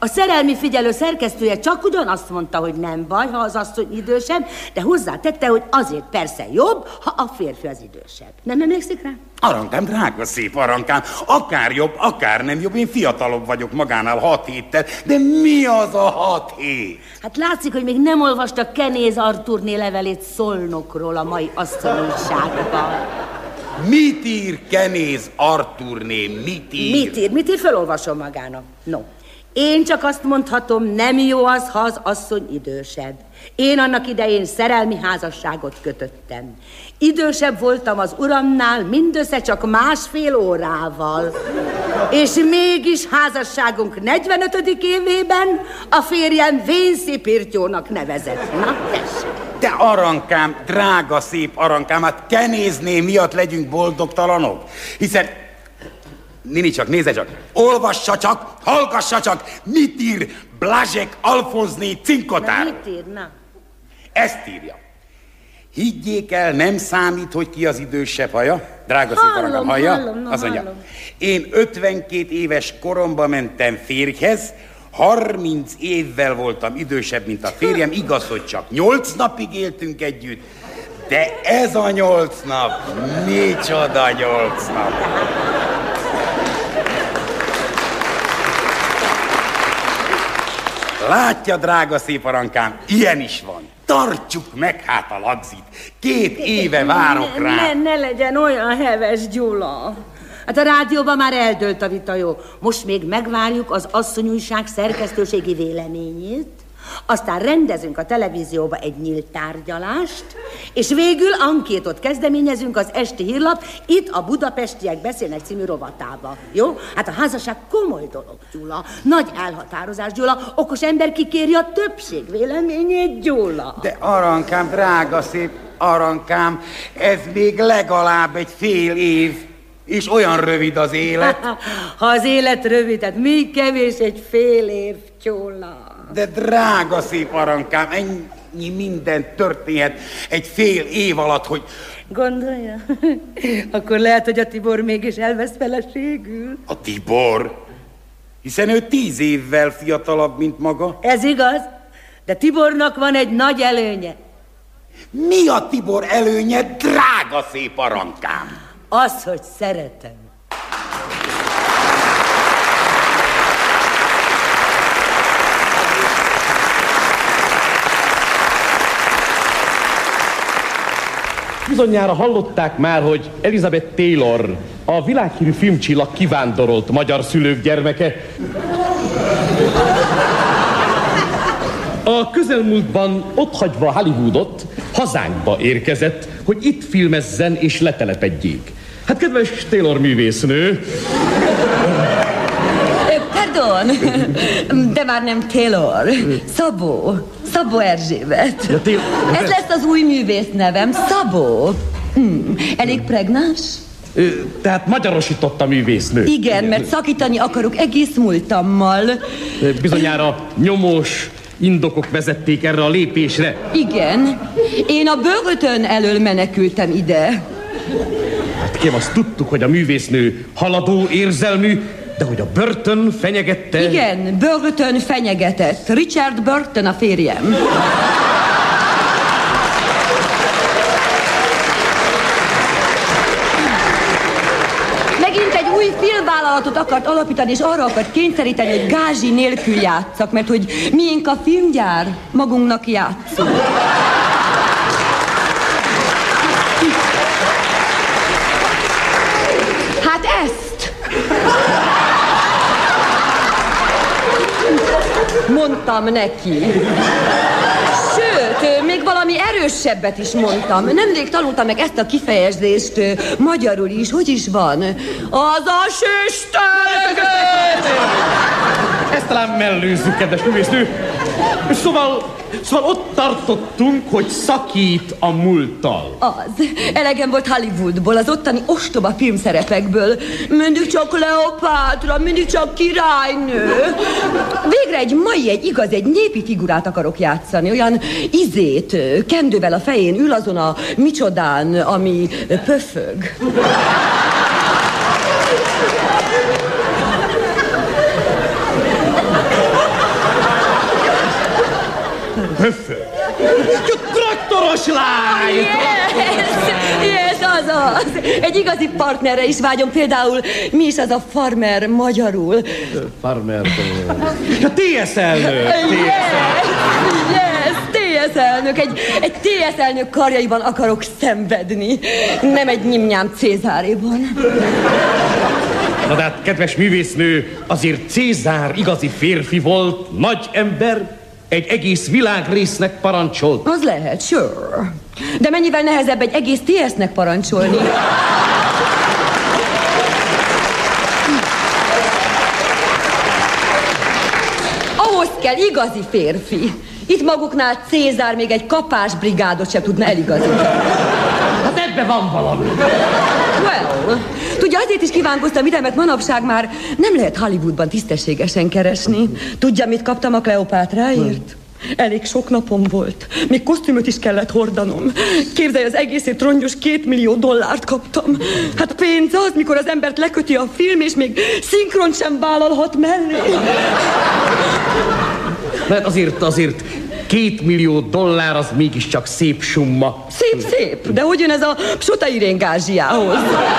A szerelmi figyelő szerkesztője csak ugyan azt mondta, hogy nem baj, ha az asszony idősebb, de hozzátette, hogy azért persze jobb, ha a férfi az idősebb. Nem emlékszik rá? Arankám, drága szép Arankám, akár jobb, akár nem jobb, én fiatalabb vagyok magánál 6 héttel, de mi az a 6 hét? Hát látszik, hogy még nem olvasta Kenéz Artúrné levelét Szolnokról a mai asszonyújságban. Mit ír Kenéz Artúrné, mit ír? Mit ír? Felolvasom magának. No. Én csak azt mondhatom, nem jó az, ha az asszony idősebb. Én annak idején szerelmi házasságot kötöttem. Idősebb voltam az uramnál mindössze csak 1,5 órával. És mégis házasságunk 45. évében a férjem Vészi Pirtyónak nevezett. Na, tessék. De Arankám, drága szép Arankám, hát Kenézné miatt legyünk boldogtalanok. Hiszen... Nini csak, nézze csak, olvassa csak, hallgassa csak, mit ír Blazsek Alfonzné cinkotár. Mit ír, na? Ezt írja. Higgyék el, nem számít, hogy ki az idősebb, haja. Drága szép Arankám, hallja? Hallom. Azt mondja, én 52 éves koromban mentem férjhez, 30 évvel voltam idősebb, mint a férjem, igaz, hogy csak 8 napig éltünk együtt, de ez a 8 nap, micsoda 8 nap. Látja, drága szép Arankám, ilyen is van. Tartsuk meg hát a lagzit. 2 éve várok rá. Ne legyen olyan heves, Gyula. Hát a rádióban már eldőlt a vita, jó. Most még megvárjuk az asszonyújság szerkesztőségi véleményét, aztán rendezünk a televízióba egy nyílt tárgyalást, és végül ankétot kezdeményezünk az Esti Hírlap, itt a Budapestiek beszélnek című rovatába. Jó? Hát a házasság komoly dolog, Gyula. Nagy elhatározás, Gyula. Okos ember kikéri a többség véleményét, Gyula. De Arankám, drága szép Arankám, ez még legalább egy fél év, és olyan rövid az élet. Ha az élet rövid, hát mi kevés egy fél év, Gyula. De drága szép Arankám, ennyi minden történhet egy fél év alatt, hogy... Gondolja? Akkor lehet, hogy a Tibor mégis elvesz feleségül. A Tibor? Hiszen ő 10 évvel fiatalabb, mint maga. Ez igaz, de Tibornak van egy nagy előnye. Mi a Tibor előnye, drága szép Arankám? Az, hogy szeretem. Bizonyára hallották már, hogy Elizabeth Taylor, a világhírű filmcsillag kivándorolt magyar szülők gyermeke. A közelmúltban otthagyva Hollywoodot hazánkba érkezett, hogy itt filmezzen és letelepedjék. Hát kedves Taylor művésznő... Pardon, de már nem Taylor, Szabó Erzsébet. Ja, ez lesz az új művész nevem, Szabó. Elég pregnás? Tehát magyarosított a művésznő. Igen, mert szakítani akarok egész múltammal. Bizonyára nyomós indokok vezették erre a lépésre. Igen, én a börtön elől menekültem ide. Hát kém, azt tudtuk, hogy a művésznő haladó érzelmű, de hogy a börtön fenyegette... Igen, börtön fenyegetett. Richard Burton a férjem. Megint egy új filmvállalatot akart alapítani, és arra akart kényszeríteni, hogy gázsi nélkül játszak, mert hogy miénk a filmgyár, magunknak játszunk. Hát ezt... mondtam neki. Sőt, még valami erősebbet is mondtam. Nemrég tanultam meg ezt a kifejezést magyarul is. Hogy is van? Az a süstelgő! Ezt talán mellőzzük, kedves művésznő. Szóval ott tartottunk, hogy szakít a múlttal. Az. Elegem volt Hollywoodból, az ottani ostoba filmszerepekből. Mindig csak Kleopátra, mindig csak királynő. Végre egy igazi, egy népi figurát akarok játszani. Olyan izét, kendővel a fején ül azon a micsodán, ami pöfög. Höföl. Traktoros lány! Yes, azaz. Egy igazi partnerre is vágyom, például mi is az a farmer magyarul? Farmer... TS elnök! Yes, TS elnök. Egy TS elnök karjaiban akarok szenvedni. Nem egy nyimnyám Cézáréban. Na de hát, kedves művésznő, azért Cézár igazi férfi volt, nagy ember, egy egész világrésznek parancsolt. Az lehet, sure. De mennyivel nehezebb egy egész TS-nek parancsolni. Ahhoz kell igazi férfi. Itt maguknál Cézár még egy kapásbrigádot sem tudna eligazítani. Hát ebben van valami. Well, tudja, azért is kívánkoztam ide, mert manapság már nem lehet Hollywoodban tisztességesen keresni. Tudja, mit kaptam a Kleopátráért? Elég sok napom volt. Még kosztümöt is kellett hordanom. Képzelj, az egészért rongyos $2 millió kaptam. Hát pénz az, mikor az embert leköti a film, és még szinkront sem vállalhat mellé. Mert azért $2 millió az mégiscsak szép summa. Szép, de hogy jön ez a Psota Irén gázsiához?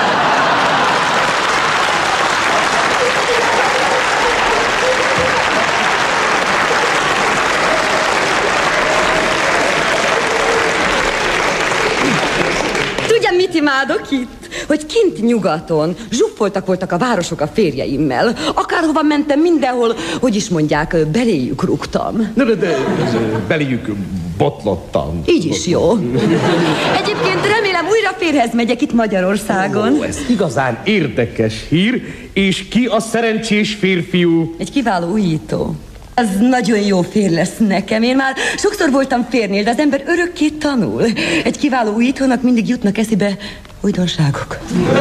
Tudja, mit imádok itt? Hogy kint nyugaton zsuffoltak voltak a városok a férjeimmel. Akárhova mentem, mindenhol, hogy is mondják, beléjük rúgtam. De beléjük botlottam. Így is jó. Egyébként remélem újra férhez megyek itt Magyarországon. Ó, ez igazán érdekes hír. És ki a szerencsés férfiú? Egy kiváló újító. Az nagyon jó fér lesz nekem. Én már sokszor voltam férnél, de az ember örökké tanul. Egy kiváló újítónak mindig jutnak eszébe újdonságok.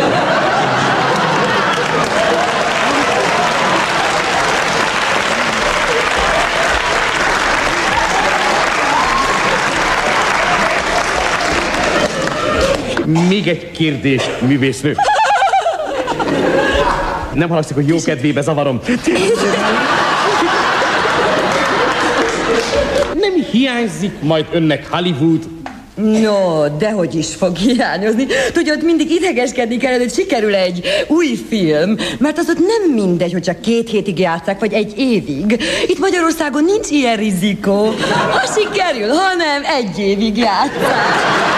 Még egy kérdés, művésznő. Nem halagszik, hogy jó kedvébe zavarom. Nem hiányzik majd önnek Hollywood? No, dehogy is fog hiányozni. Tudja, ott mindig idegeskedni kell, hogy sikerül egy új film, mert az ott nem mindegy, hogy csak 2 hétig játsszák, vagy 1 évig. Itt Magyarországon nincs ilyen rizikó. Ha sikerül, hanem 1 évig játsszák.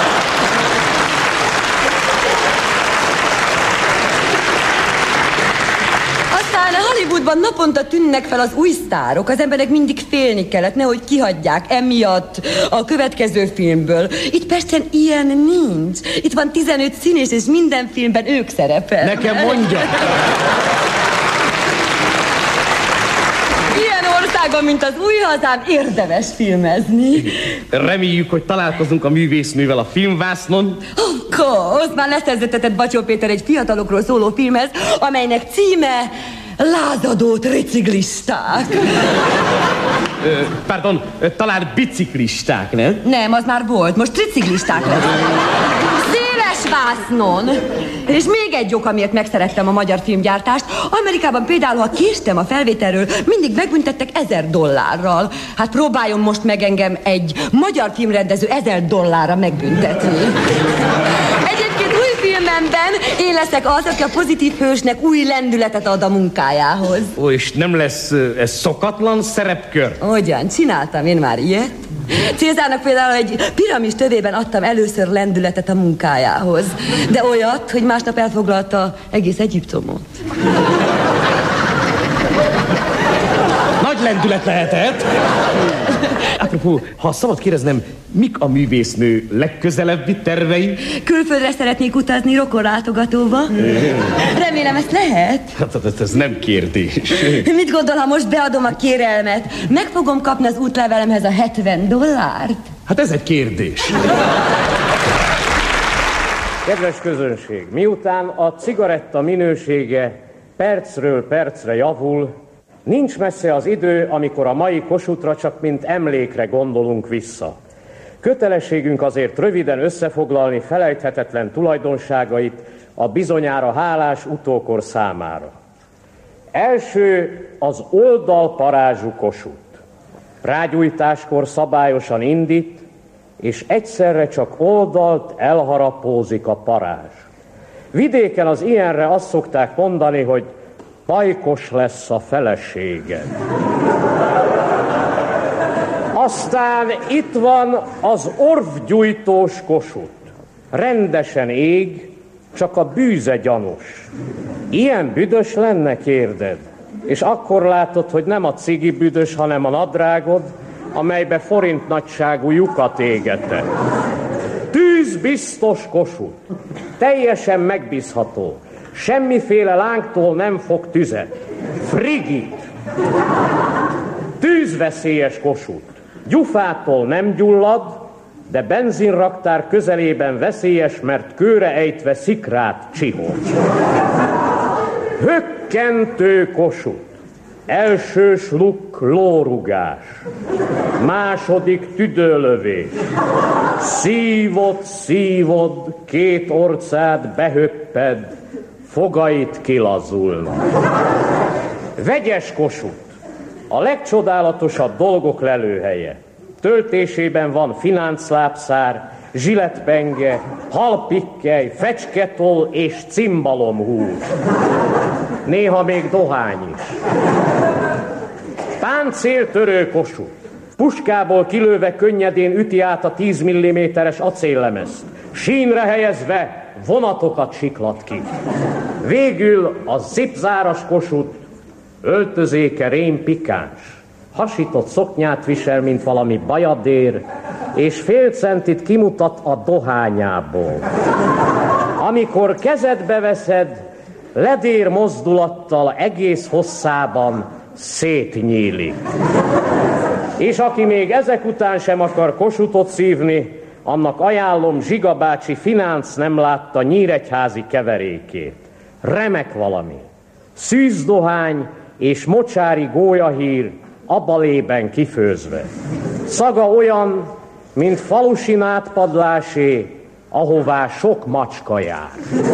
Hollywoodban naponta tűnnek fel az új sztárok. Az emberek mindig félni kellett, nehogy kihagyják emiatt a következő filmből. Itt Pesten ilyen nincs. Itt van 15 színész, és minden filmben ők szerepelnek. Nekem mondja! Ilyen országban, mint az új hazám, érdemes filmezni. Reméljük, hogy találkozunk a művésznővel a filmvásznon. Of course! Már leszerződtetett Bacsó Péter egy fiatalokról szóló filmhez, amelynek címe Lázadó triciklisták. Pardon, talán biciklisták, nem? Nem, az már volt, most triciklisták lesz. Széles vásznon. És még egy ok, amiért megszerettem a magyar filmgyártást. Amerikában például, ha késtem a felvételről, mindig megbüntettek $1000. Hát próbáljon most meg engem egy magyar filmrendező $1000 megbüntetni. Egyébként új filmemben én leszek az, aki a pozitív hősnek új lendületet ad a munkájához. Ó, és nem lesz ez szokatlan szerepkör? Ugyan, csináltam én már ilyet. Cézárnak például egy piramis tövében adtam először lendületet a munkájához. De olyat, hogy másnap elfoglalta egész Egyiptomot. Nagy lendület lehetett. Apropó, ha szabad kérdeznem, mik a művésznő legközelebbi tervei? Külföldre szeretnék utazni rokonlátogatóba. Remélem, ezt lehet? Hát ez nem kérdés. Mit gondol, ha most beadom a kérelmet? Meg fogom kapni az útlevelemhez a $70? Hát ez egy kérdés. Kedves közönség, miután a cigaretta minősége percről percre javul, nincs messze az idő, amikor a mai Kossuthra csak mint emlékre gondolunk vissza. Kötelességünk azért röviden összefoglalni felejthetetlen tulajdonságait a bizonyára hálás utókor számára. Első az oldalparázsú Kossuth. rágyújtáskor szabályosan indít, és egyszerre csak oldalt elharapózik a parázs. Vidéken az ilyenre azt szokták mondani, hogy pajkos lesz a feleséged. Aztán itt van az orvgyújtós Kossuth. Rendesen ég, csak a bűze gyanús. Ilyen büdös lenne, kérded? És akkor látod, hogy nem a cigi büdös, hanem a nadrágod, amelybe forint nagyságú lyukat égetett. Tűzbiztos Kossuth. Teljesen megbízható. Semmiféle lángtól nem fog tüzet. Frigid. Tűzveszélyes Kossuth. Gyufától nem gyullad, de benzinraktár közelében veszélyes, mert kőre ejtve szikrát csihol. Hökkentő Kossuth. Első sluk lórugás. Második tüdőlövés. Szívod, két orcád behöpped, fogait kilazulnak. Vegyes Kossuth. A legcsodálatosabb dolgok lelőhelye. Töltésében van finánclábszár, zsiletpenge, halpikkely, fecsketoll és cimbalomhús. Néha még dohány is. Páncéltörő Kossuth. Puskából kilőve könnyedén üti át a 10 mm-es acéllemezt. Sínre helyezve vonatokat siklat ki. Végül a zipzáras Kossuth öltözéke rém pikáns. Hasított szoknyát visel, mint valami bajadér, és fél centit kimutat a dohányából. Amikor kezedbe veszed, ledér mozdulattal egész hosszában szétnyílik. És aki még ezek után sem akar Kossuthot szívni, annak ajánlom Zsiga bácsi Finánc nem látta nyíregyházi keverékét. Remek valami. Szűzdohány és mocsári gólyahír abalében kifőzve. Szaga olyan, mint falusi nátpadlásé, ahová sok macska jár.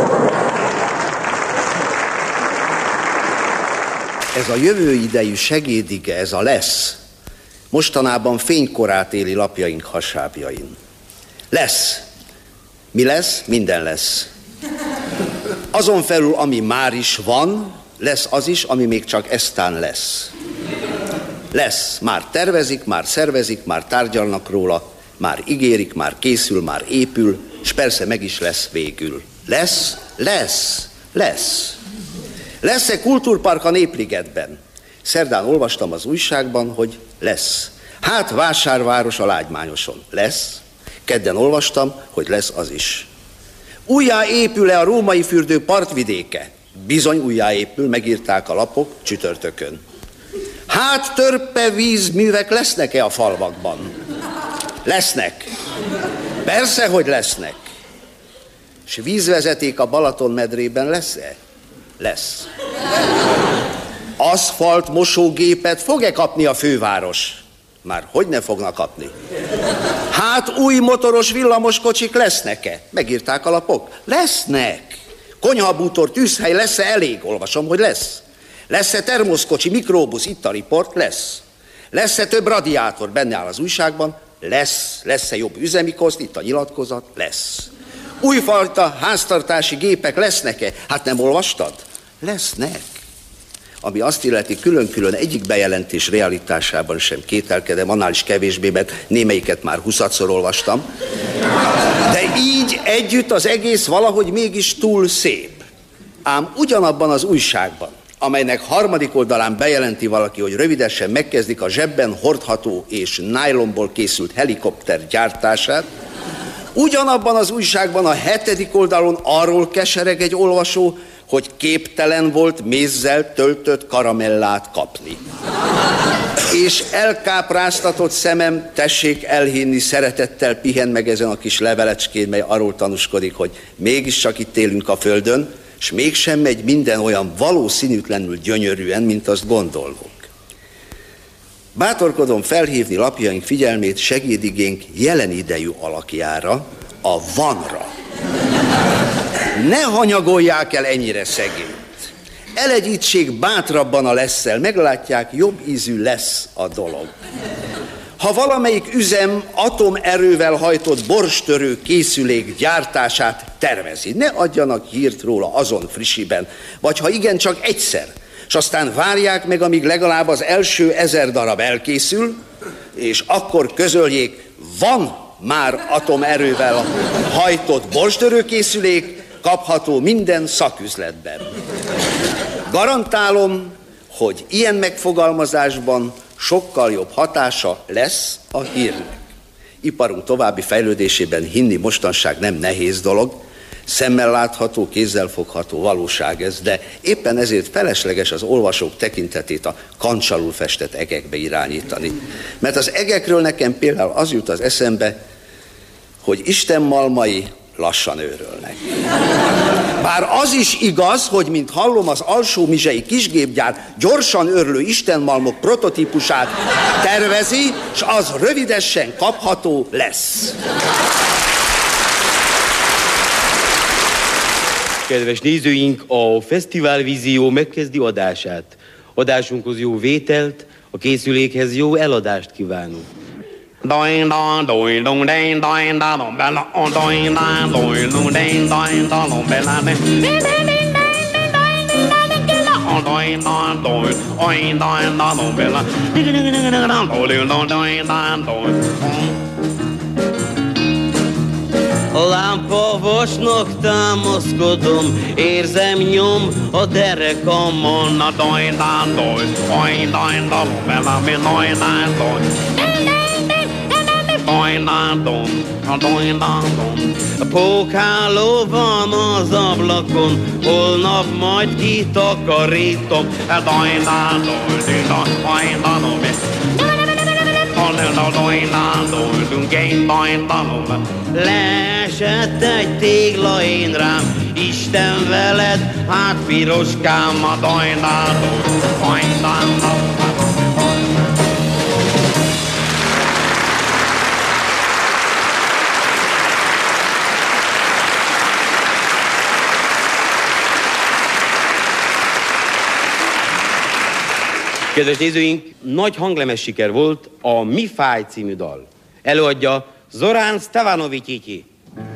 Ez a jövő idejű segédige, ez a lesz, mostanában fénykorát éli lapjaink hasábjain. Lesz. Mi lesz? Minden lesz. Azon felül, ami már is van, lesz az is, ami még csak eztán lesz. Lesz. Már tervezik, már szervezik, már tárgyalnak róla, már ígérik, már készül, már épül, és persze meg is lesz végül. Lesz, lesz, lesz. Lesz-e kultúrpark a Népligetben? Szerdán olvastam az újságban, hogy lesz. Hát vásárváros a Lágymányoson. Lesz. Kedden olvastam, hogy lesz az is. Újjáépül-e a Római fürdő partvidéke? Bizony újjáépül, megírták a lapok csütörtökön. Hát törpe vízművek lesznek-e a falvakban? Lesznek. Persze, hogy lesznek. És vízvezeték a Balaton medrében lesz-e? Lesz. Aszfalt mosógépet fog-e kapni a főváros? Már hogy ne fognak kapni? Hát új motoros villamoskocsik lesznek-e? Megírták a lapok? Lesznek. Konyhabútor, tűzhely lesz-e elég? Olvasom, hogy lesz. Lesz-e termoszkocsi, mikróbusz? Itt a riport? Lesz. Lesz-e több radiátor? Benne áll az újságban? Lesz. Lesz-e jobb üzemi koszt? Itt a nyilatkozat? Lesz. Újfajta háztartási gépek lesznek-e? Hát nem olvastad? Lesznek. Ami azt illeti, külön-külön egyik bejelentés realitásában sem kételkedem, annál is kevésbé, mert némelyiket már 20-szor olvastam. De így együtt az egész valahogy mégis túl szép. Ám ugyanabban az újságban, amelynek harmadik oldalán bejelenti valaki, hogy rövidesen megkezdik a zsebben hordható és nájlonból készült helikopter gyártását, ugyanabban az újságban a 7. oldalon arról kesereg egy olvasó, hogy képtelen volt mézzel töltött karamellát kapni. És elkápráztatott szemem, tessék elhinni, szeretettel pihen meg ezen a kis levelecskén, mely arról tanúskodik, hogy mégiscsak itt élünk a földön, és mégsem megy minden olyan valószínűtlenül gyönyörűen, mint azt gondolunk. Bátorkodom felhívni lapjaink figyelmét segédigénk jelen idejű alakjára, a vanra. Ne hanyagolják el ennyire szegényt. elegyítsék bátrabban a lesszel, meglátják, jobb ízű lesz a dolog. Ha valamelyik üzem atomerővel hajtott borstörő készülék gyártását tervezi, ne adjanak hírt róla azon frissiben, vagy ha igen, csak egyszer, és aztán várják meg, amíg legalább az első 1000 darab elkészül, és akkor közöljék, van már atomerővel hajtott borstörőkészülék, kapható minden szaküzletben. Garantálom, hogy ilyen megfogalmazásban sokkal jobb hatása lesz a hírnek. Iparunk további fejlődésében hinni mostanság nem nehéz dolog, szemmel látható, kézzel fogható valóság ez, de éppen ezért felesleges az olvasók tekintetét a kancsalul festett egekbe irányítani. Mert az egekről nekem például az jut az eszembe, hogy Isten malmai lassan őrölnek. Bár az is igaz, hogy mint hallom, az alsó-mizsei kisgépgyár gyorsan őrlő istenmalmok prototípusát tervezi, és az rövidesen kapható lesz. Kedves nézőink, a Fesztiválvízió megkezdi adását. Adásunkhoz jó vételt, a készülékhez jó eladást kívánunk. Lámpavasnak támaszkodom, érzem nyom a derekamon, a pókháló van az ablakon, holnap majd kitakarítom. Leesett egy tégla én rám, Isten veled, hát piroskám a dajnádó. Kedves nézőink, nagy hanglemes siker volt a Mi fáj című dal. Előadja Zorán Stevanovics.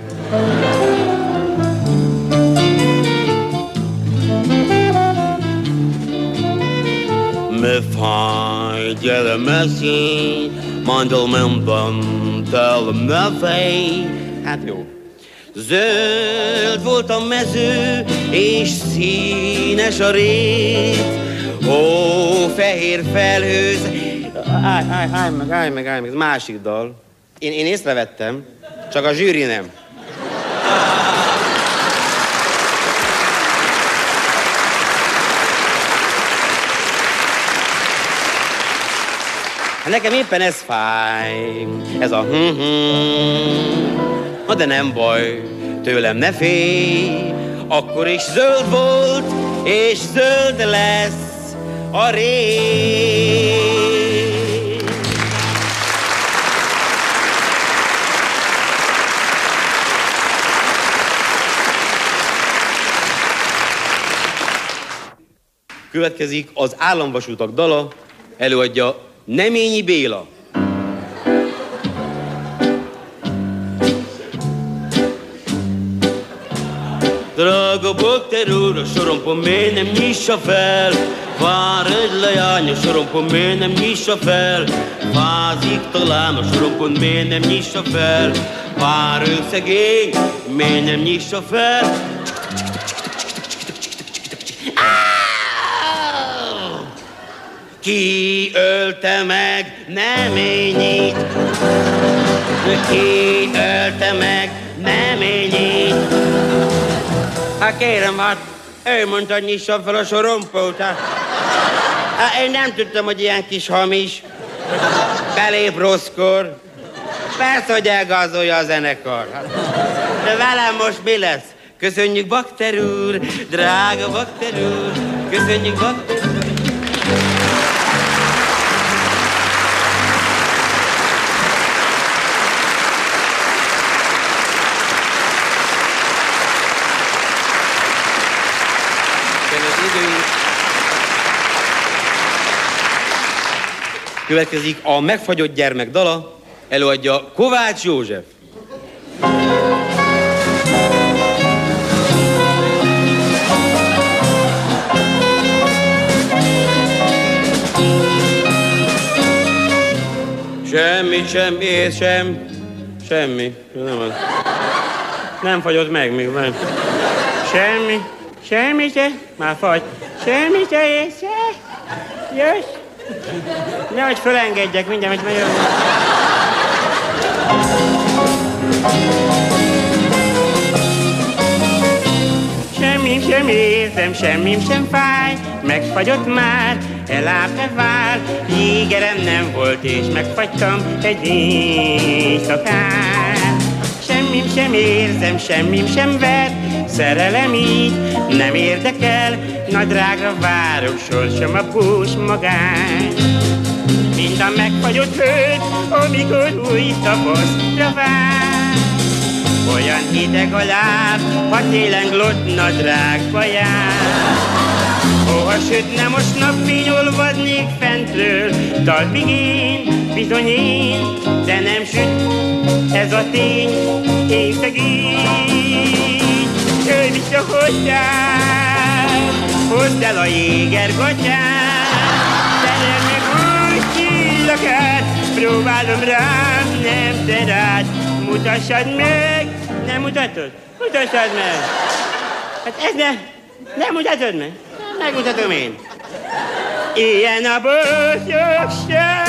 Mi fáj, gyere mesélj, mandolmemben tel mi fáj. Hát jó. Zöld volt a mező, és színes a rét. Ó, fehér felhőz... Állj meg, ez másik dal. Én észrevettem, csak a zsűri nem. Nekem éppen ez fáj, ez a Na de nem baj, tőlem ne félj, akkor is zöld volt, és zöld lesz a rég. Következik az Államvasutak dala, előadja Neményi Béla. Drága bakter úr, a sorompon miért nem nyissa fel? Vár egy leány, a sorompon miért nem nyissa fel? Vázik talán, a sorompon miért nem nyissa fel? Vár ő szegény, miért nem nyissa fel? Ki ölte meg Neményit? Ki ölte meg Neményit? Hát kérem, hát ő mondta, hogy nyissa fel a sorompót. Hát én nem tudtam, hogy ilyen kis hamis. Belép rosszkor. Persze, hogy elgázolja a zenekar. De velem most mi lesz? Köszönjük, bakter úr, drága bakter úr. Köszönjük, bakter úr. Következik a Megfagyott gyermek dala, előadja Kovács József. Semmi. Nem fagyott meg még, van. Semmi se, már fagy. Semmi se észre. Jössz. Nehogy fölengedjek, mindjárt, hogy megyek. Semmim sem érzem, semmim sem fáj, megfagyott már, eláll-e vár, jégerem nem volt, és megfagytam egy éjszakán. Semmim sem érzem, semmim sem vert, szerelem így nem érdekel, nadrágra várok, sorsom a bús magány. Mind a megfagyott hőt, amikor új tavaszra vár. Olyan hideg a láb, ha télen glott nadrágba jár. Ó, ha sütne most napfény, olvadnék fentről, talpig én, bizony én, de nem süt ez a tény, én szegény. Jöjj vissza hozzám, hozd el a jégergatyát, szerelj meg úgy csillagát, próbálom rám, nem te rád. Mutassad meg! Nem mutatod? Mutassad meg! Hát ez nem mutatod meg? Megmutatom én. Ilyen a boldogság!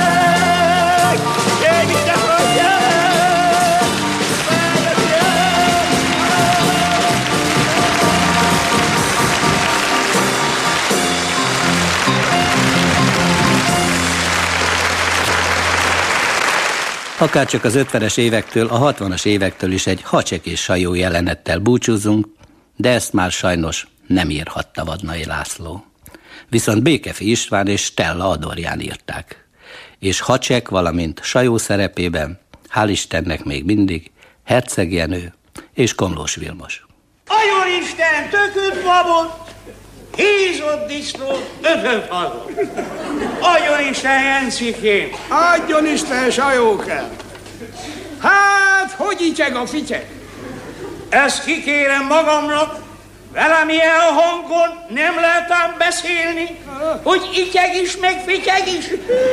Jöjj vissza hozzám! Akárcsak az 50-es évektől, a 60-as évektől is egy Hacsek és Sajó jelenettel búcsúzunk, de ezt már sajnos nem írhatta Vadnai László. Viszont Békefi István és Stella Adorján írták. És Hacsek, valamint Sajó szerepében, hál' Istennek még mindig, Herceg Jenő és Komlós Vilmos. Ajor Isten, tököt babot, hízott disznót, ötöfagot. Adjon Isten, Jencikém! Adjon Isten, Sajókám! Hát, hogy ityeg a fityeg? Ezt kikérem magamnak, velem ilyen hangon nem lehet ám beszélni, hogy ityeg is, meg fityeg is.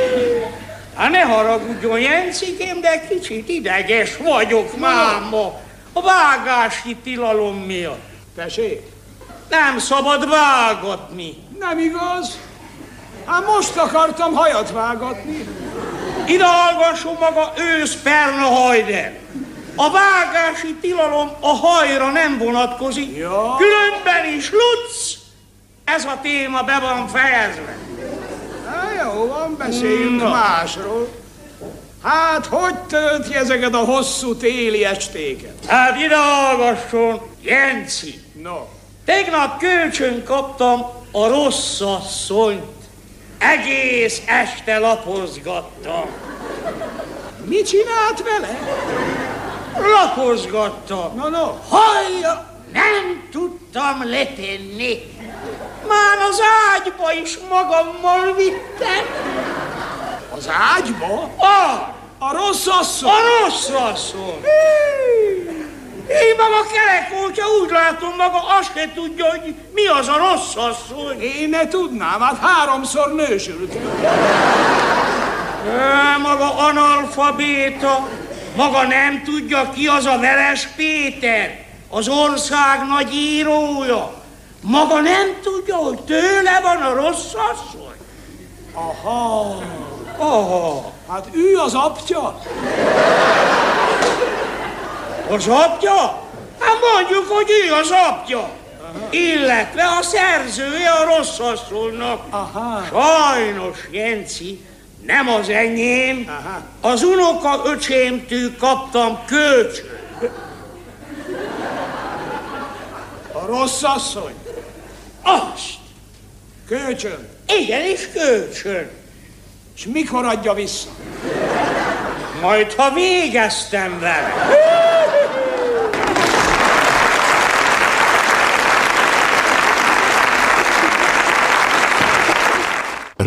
Hát ne haragudjon, Jencikém, de kicsit ideges vagyok máma a vágási tilalom miatt. Tessék? Nem szabad vágatni. Nem igaz? Hát most akartam hajat vágatni. Ide hallgasson maga ősz perna hajder. A vágási tilalom a hajra nem vonatkozik. Ja. Különben is lucz. Ez a téma be van fejezve. Na jó, van, beszéljünk másról. Hát, hogy tölti ezeket a hosszú téli estéket? Hát ide hallgasson, Jenci. No. Tegnap kölcsön kaptam a rossz asszonyt. Egész este lapozgattam. Mit csinált vele? Lapozgattam. No. Hallja, nem tudtam letenni. Már az ágyba is magammal vittem. Az ágyba? A rossz asszony. A rossz asszony. Én maga kerekótya, úgy látom, maga azt se tudja, hogy mi az a rossz asszony. Én ne tudnám, hát 3-szor nősültem. Maga analfabéta, maga nem tudja, ki az a Veres Péter, az ország nagy írója. Maga nem tudja, hogy tőle van a rossz asszony. Aha. Hát ő az apja? Az apja? Hát mondjuk, hogy ő az apja. Aha. Illetve a szerzője a rossz asszonynak. Aha. Sajnos, Jenci, nem az enyém. Aha. Az unoka öcsémtől kaptam kölcsön. A rossz asszony? Azt. Kölcsön? Igenis, kölcsön. És mikor adja vissza? Majd, ha végeztem vele.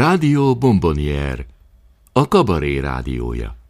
Rádió Bombonier, a kabaré rádiója.